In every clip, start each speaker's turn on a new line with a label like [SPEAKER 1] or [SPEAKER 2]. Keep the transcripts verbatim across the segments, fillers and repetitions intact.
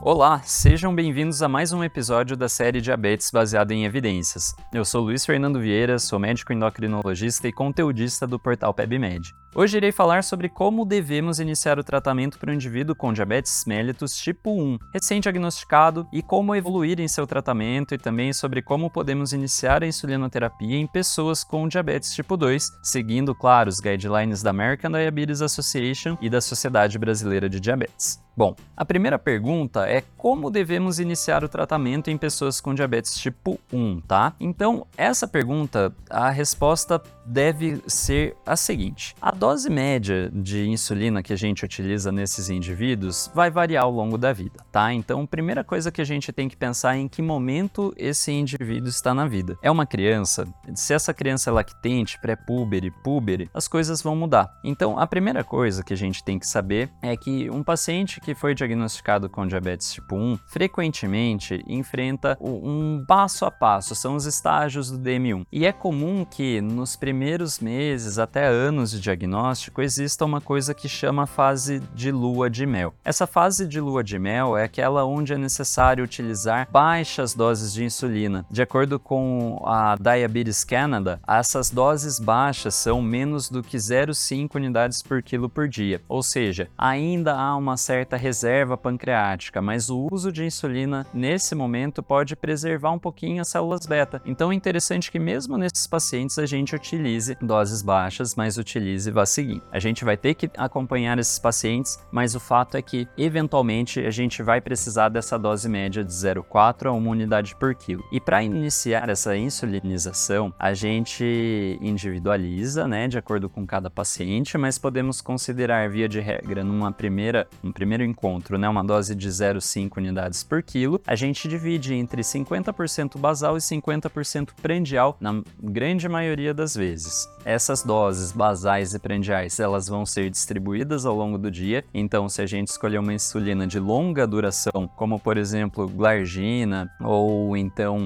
[SPEAKER 1] Olá, sejam bem-vindos a mais um episódio da série Diabetes baseado em evidências. Eu sou Luiz Fernando Vieira, sou médico endocrinologista e conteudista do portal PebMed. Hoje irei falar sobre como devemos iniciar o tratamento para o indivíduo com diabetes mellitus tipo um, recém-diagnosticado, e como evoluir em seu tratamento, e também sobre como podemos iniciar a insulinoterapia em pessoas com diabetes tipo dois, seguindo, claro, os guidelines da American Diabetes Association e da Sociedade Brasileira de Diabetes. Bom, a primeira pergunta é como devemos iniciar o tratamento em pessoas com diabetes tipo um, tá? Então, essa pergunta, a resposta deve ser a seguinte: a dose média de insulina que a gente utiliza nesses indivíduos vai variar ao longo da vida, tá? Então, a primeira coisa que a gente tem que pensar é em que momento esse indivíduo está na vida. É uma criança? Se essa criança é lactente, pré-púbere, púbere, as coisas vão mudar. Então, a primeira coisa que a gente tem que saber é que um paciente que foi diagnosticado com diabetes tipo um frequentemente enfrenta um passo a passo, são os estágios do D M um. E é comum que nos primeiros meses até anos de diagnóstico exista uma coisa que chama fase de lua de mel. Essa fase de lua de mel é aquela onde é necessário utilizar baixas doses de insulina. De acordo com a Diabetes Canada, essas doses baixas são menos do que zero vírgula cinco unidades por quilo por dia, ou seja, ainda há uma certa reserva pancreática, mas o uso de insulina nesse momento pode preservar um pouquinho as células beta. Então é interessante que mesmo nesses pacientes a gente utilize doses baixas, mas utilize vá seguindo. A gente vai ter que acompanhar esses pacientes, mas o fato é que eventualmente a gente vai precisar dessa dose média de zero vírgula quatro a uma unidade por quilo. E para iniciar essa insulinização, a gente individualiza, né, de acordo com cada paciente, mas podemos considerar via de regra numa primeira, um primeiro encontro, né, uma dose de zero vírgula cinco unidades por quilo. A gente divide entre cinquenta por cento basal e cinquenta por cento prandial na grande maioria das vezes. Essas doses basais e prandiais, elas vão ser distribuídas ao longo do dia, então se a gente escolher uma insulina de longa duração, como por exemplo glargina ou então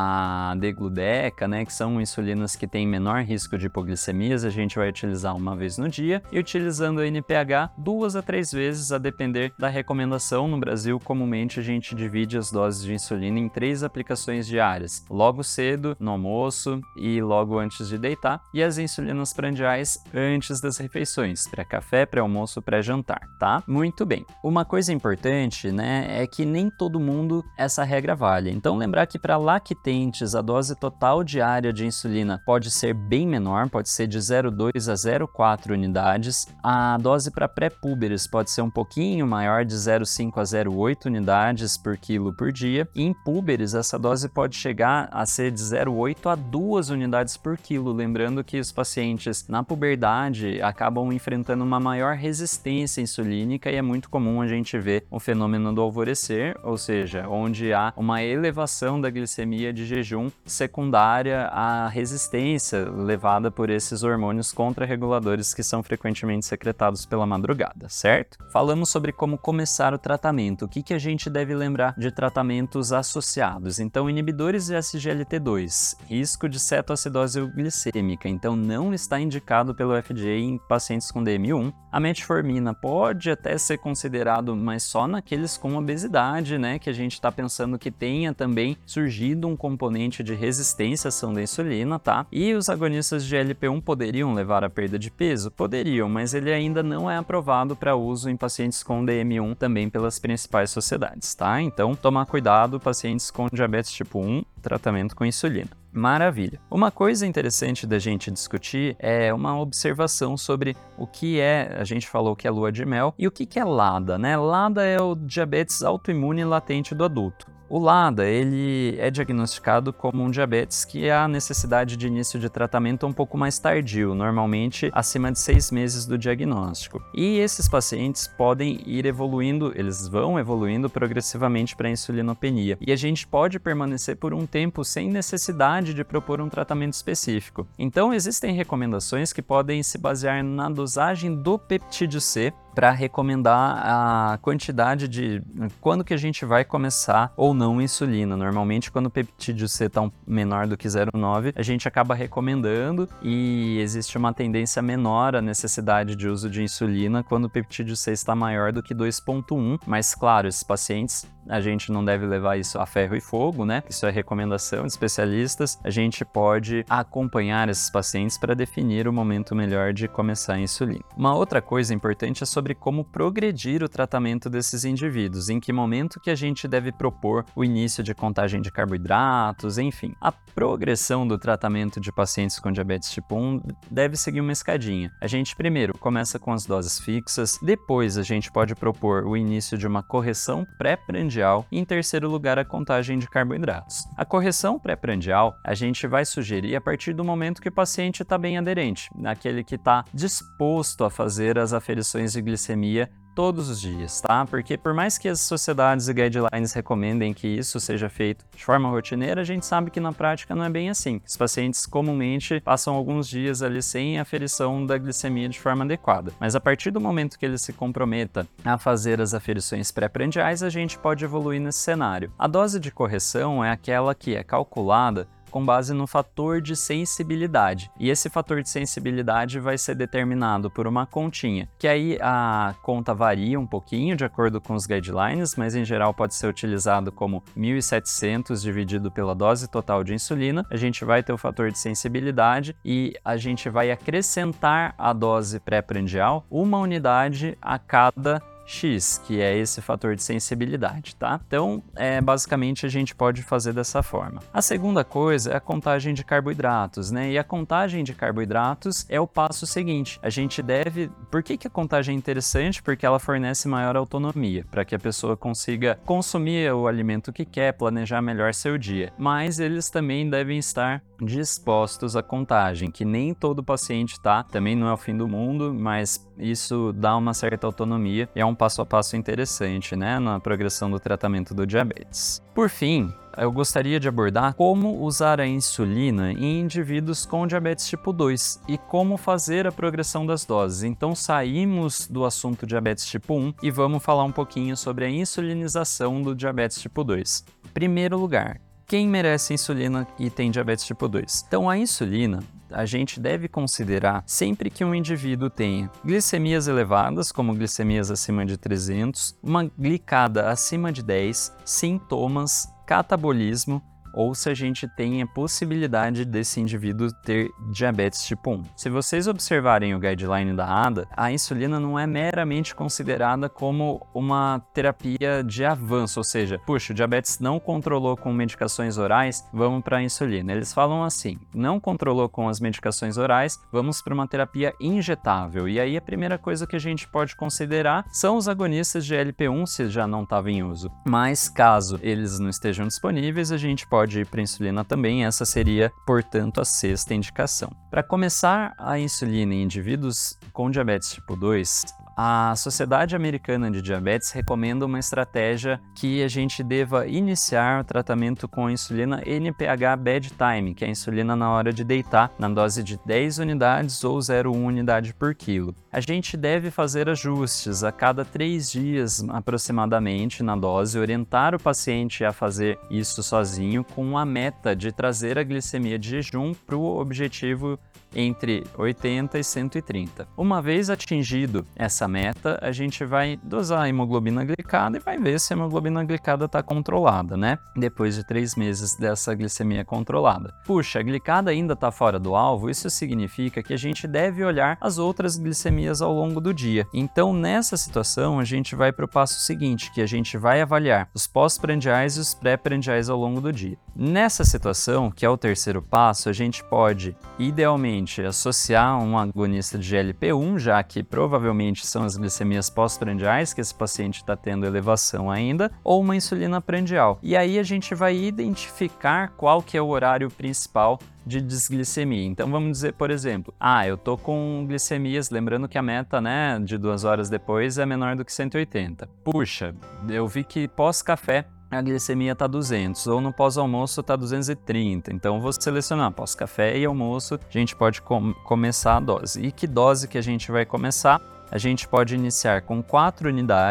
[SPEAKER 1] a degludeca, né, que são insulinas que têm menor risco de hipoglicemias, a gente vai utilizar uma vez no dia, e utilizando a N P H duas a três vezes, a depender da recomendação. No Brasil, comumente a gente divide as doses de insulina em três aplicações diárias, logo cedo, no almoço e logo antes de deitar, e as insulinas prandiais antes das refeições, pré-café, pré-almoço, pré-jantar, tá? Muito bem. Uma coisa importante, né, é que nem todo mundo essa regra vale. Então lembrar que para lactentes a dose total diária de insulina pode ser bem menor, pode ser de zero vírgula dois a zero vírgula quatro unidades. A dose para pré-púberes pode ser um pouquinho maior, de zero vírgula cinco a zero vírgula oito unidades por quilo por dia. E em púberes essa dose pode chegar a ser de zero vírgula oito a duas unidades por quilo. Lembrando que os pacientes na puberdade acabam enfrentando uma maior resistência insulínica, e é muito comum a gente ver o fenômeno do alvorecer, ou seja, onde há uma elevação da glicemia de jejum secundária à resistência levada por esses hormônios contrarreguladores que são frequentemente secretados pela madrugada, certo? Falamos sobre como começar o tratamento. O que, que a gente deve lembrar de tratamentos associados? Então, inibidores de S G L T dois, risco de cetoacidose glicêmica, então não está indicado pelo F D A em pacientes com D M um. A metformina pode até ser considerado, mas só naqueles com obesidade, né, que a gente está pensando que tenha também surgido um componente de resistência à ação da insulina, tá? E os agonistas de G L P um poderiam levar à perda de peso? Poderiam, mas ele ainda não é aprovado para uso em pacientes com D M um também pelas principais sociedades, tá? Então, tomar cuidado, pacientes com diabetes tipo um, tratamento com insulina. Maravilha. Uma coisa interessante da gente discutir é uma observação sobre o que é, a gente falou que é lua de mel, e o que que é LADA, né? LADA é o diabetes autoimune latente do adulto. O LADA, ele é diagnosticado como um diabetes que há necessidade de início de tratamento um pouco mais tardio, normalmente acima de seis meses do diagnóstico. E esses pacientes podem ir evoluindo, eles vão evoluindo progressivamente para a insulinopenia. E a gente pode permanecer por um tempo sem necessidade de propor um tratamento específico. Então, existem recomendações que podem se basear na dosagem do peptídeo C para recomendar a quantidade de quando que a gente vai começar ou não insulina. Normalmente, quando o peptídeo C está menor do que zero vírgula nove, a gente acaba recomendando e existe uma tendência menor à necessidade de uso de insulina quando o peptídeo C está maior do que dois ponto um, mas claro, esses pacientes a gente não deve levar isso a ferro e fogo, né? Isso é recomendação de especialistas. A gente pode acompanhar esses pacientes para definir o momento melhor de começar a insulina. Uma outra coisa importante é sobre como progredir o tratamento desses indivíduos, em que momento que a gente deve propor o início de contagem de carboidratos, enfim. A progressão do tratamento de pacientes com diabetes tipo um deve seguir uma escadinha. A gente primeiro começa com as doses fixas, depois a gente pode propor o início de uma correção pré-prandial e, em terceiro lugar, a contagem de carboidratos. A correção pré-prandial a gente vai sugerir a partir do momento que o paciente está bem aderente, aquele que está disposto a fazer as aferições de glicemia todos os dias, tá? Porque por mais que as sociedades e guidelines recomendem que isso seja feito de forma rotineira, a gente sabe que na prática não é bem assim. Os pacientes comumente passam alguns dias ali sem aferição da glicemia de forma adequada. Mas a partir do momento que ele se comprometa a fazer as aferições pré-prandiais, a gente pode evoluir nesse cenário. A dose de correção é aquela que é calculada com base no fator de sensibilidade. E esse fator de sensibilidade vai ser determinado por uma continha, que aí a conta varia um pouquinho de acordo com os guidelines, mas em geral pode ser utilizado como mil e setecentos dividido pela dose total de insulina. A gente vai ter o fator de sensibilidade e a gente vai acrescentar à dose pré-prandial uma unidade a cada X, que é esse fator de sensibilidade, tá? Então, é, basicamente, a gente pode fazer dessa forma. A segunda coisa é a contagem de carboidratos, né? E a contagem de carboidratos é o passo seguinte. A gente deve... Por que que a contagem é interessante? Porque ela fornece maior autonomia, para que a pessoa consiga consumir o alimento que quer, planejar melhor seu dia. Mas eles também devem estar dispostos à contagem, que nem todo paciente tá, também não é o fim do mundo, mas isso dá uma certa autonomia e é um passo a passo interessante, né, na progressão do tratamento do diabetes. Por fim, eu gostaria de abordar como usar a insulina em indivíduos com diabetes tipo dois e como fazer a progressão das doses. Então saímos do assunto diabetes tipo um e vamos falar um pouquinho sobre a insulinização do diabetes tipo dois. Em primeiro lugar, quem merece insulina e tem diabetes tipo dois? Então a insulina a gente deve considerar sempre que um indivíduo tenha glicemias elevadas, como glicemias acima de trezentos, uma glicada acima de dez, sintomas, catabolismo, ou se a gente tem a possibilidade desse indivíduo ter diabetes tipo um. Se vocês observarem o guideline da A D A, a insulina não é meramente considerada como uma terapia de avanço, ou seja, puxa, o diabetes não controlou com medicações orais, vamos para a insulina. Eles falam assim, não controlou com as medicações orais, vamos para uma terapia injetável. E aí a primeira coisa que a gente pode considerar são os agonistas de G L P um, se já não estava em uso. Mas caso eles não estejam disponíveis, a gente pode ir para insulina também, essa seria, portanto, a sexta indicação. Para começar a insulina em indivíduos com diabetes tipo dois, a Sociedade Americana de Diabetes recomenda uma estratégia que a gente deva iniciar o tratamento com a insulina N P H bedtime, que é a insulina na hora de deitar, na dose de dez unidades ou zero vírgula um unidade por quilo. A gente deve fazer ajustes a cada três dias aproximadamente na dose, orientar o paciente a fazer isso sozinho com a meta de trazer a glicemia de jejum para o objetivo entre oitenta e cento e trinta. Uma vez atingido essa meta, a gente vai dosar a hemoglobina glicada e vai ver se a hemoglobina glicada está controlada, né? Depois de três meses dessa glicemia controlada. Puxa, a glicada ainda está fora do alvo, isso significa que a gente deve olhar as outras glicemias ao longo do dia. Então, nessa situação, a gente vai para o passo seguinte, que a gente vai avaliar os pós-prandiais e os pré-prandiais ao longo do dia. Nessa situação, que é o terceiro passo, a gente pode, idealmente, associar um agonista de G L P um, já que provavelmente são as glicemias pós-prandiais que esse paciente está tendo elevação ainda, ou uma insulina prandial. E aí a gente vai identificar qual que é o horário principal de desglicemia. Então vamos dizer, por exemplo, ah, eu tô com glicemias, lembrando que a meta, né, de duas horas depois é menor do que cento e oitenta. Puxa, eu vi que pós-café a glicemia está duzentos, ou no pós-almoço está duzentos e trinta, então eu vou selecionar pós-café e almoço, a gente pode com começar a dose. E que dose que a gente vai começar? A gente pode iniciar com quatro unidades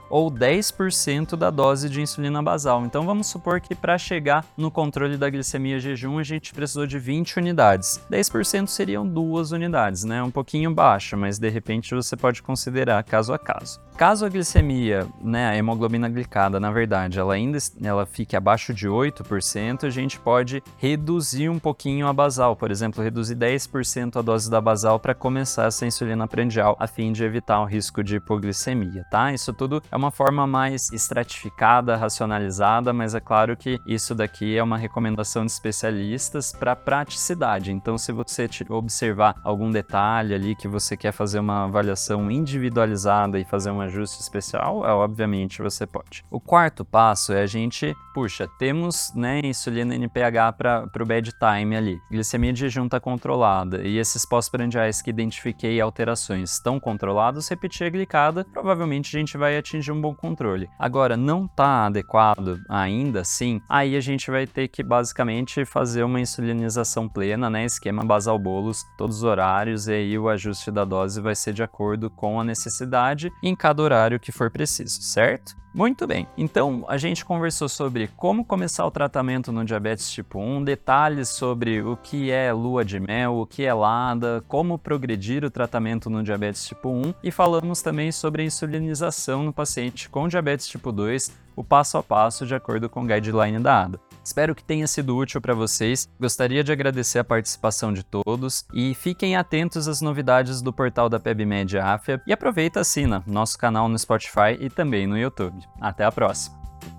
[SPEAKER 1] ou dez por cento da dose de insulina basal. Então vamos supor que para chegar no controle da glicemia jejum a gente precisou de vinte unidades. dez por cento seriam duas unidades, né? Um pouquinho baixo, mas de repente você pode considerar caso a caso. Caso a glicemia, né, a hemoglobina glicada, na verdade, ela ainda ela fique abaixo de oito por cento, a gente pode reduzir um pouquinho a basal, por exemplo, reduzir dez por cento a dose da basal para começar essa insulina prandial, a fim de evitar o risco de hipoglicemia, tá? Isso tudo é uma forma mais estratificada, racionalizada, mas é claro que isso daqui é uma recomendação de especialistas para praticidade. Então, se você observar algum detalhe ali que você quer fazer uma avaliação individualizada e fazer uma ajuste especial, é, obviamente você pode. O quarto passo é a gente, puxa, temos, né, insulina N P H para o bad time ali, glicemia de jejum está controlada e esses pós-prandiais que identifiquei alterações estão controlados, repetir a glicada, provavelmente a gente vai atingir um bom controle. Agora, não está adequado ainda assim, aí a gente vai ter que basicamente fazer uma insulinização plena, né, esquema basal bolos, todos os horários, e aí o ajuste da dose vai ser de acordo com a necessidade em cada horário que for preciso, certo? Muito bem, então a gente conversou sobre como começar o tratamento no diabetes tipo um, detalhes sobre o que é lua de mel, o que é LADA, como progredir o tratamento no diabetes tipo um e falamos também sobre a insulinização no paciente com diabetes tipo dois, o passo a passo de acordo com o guideline da A D A. Espero que tenha sido útil para vocês, gostaria de agradecer a participação de todos e fiquem atentos às novidades do portal da PebMed Afya e aproveita e assina nosso canal no Spotify e também no YouTube. Até a próxima!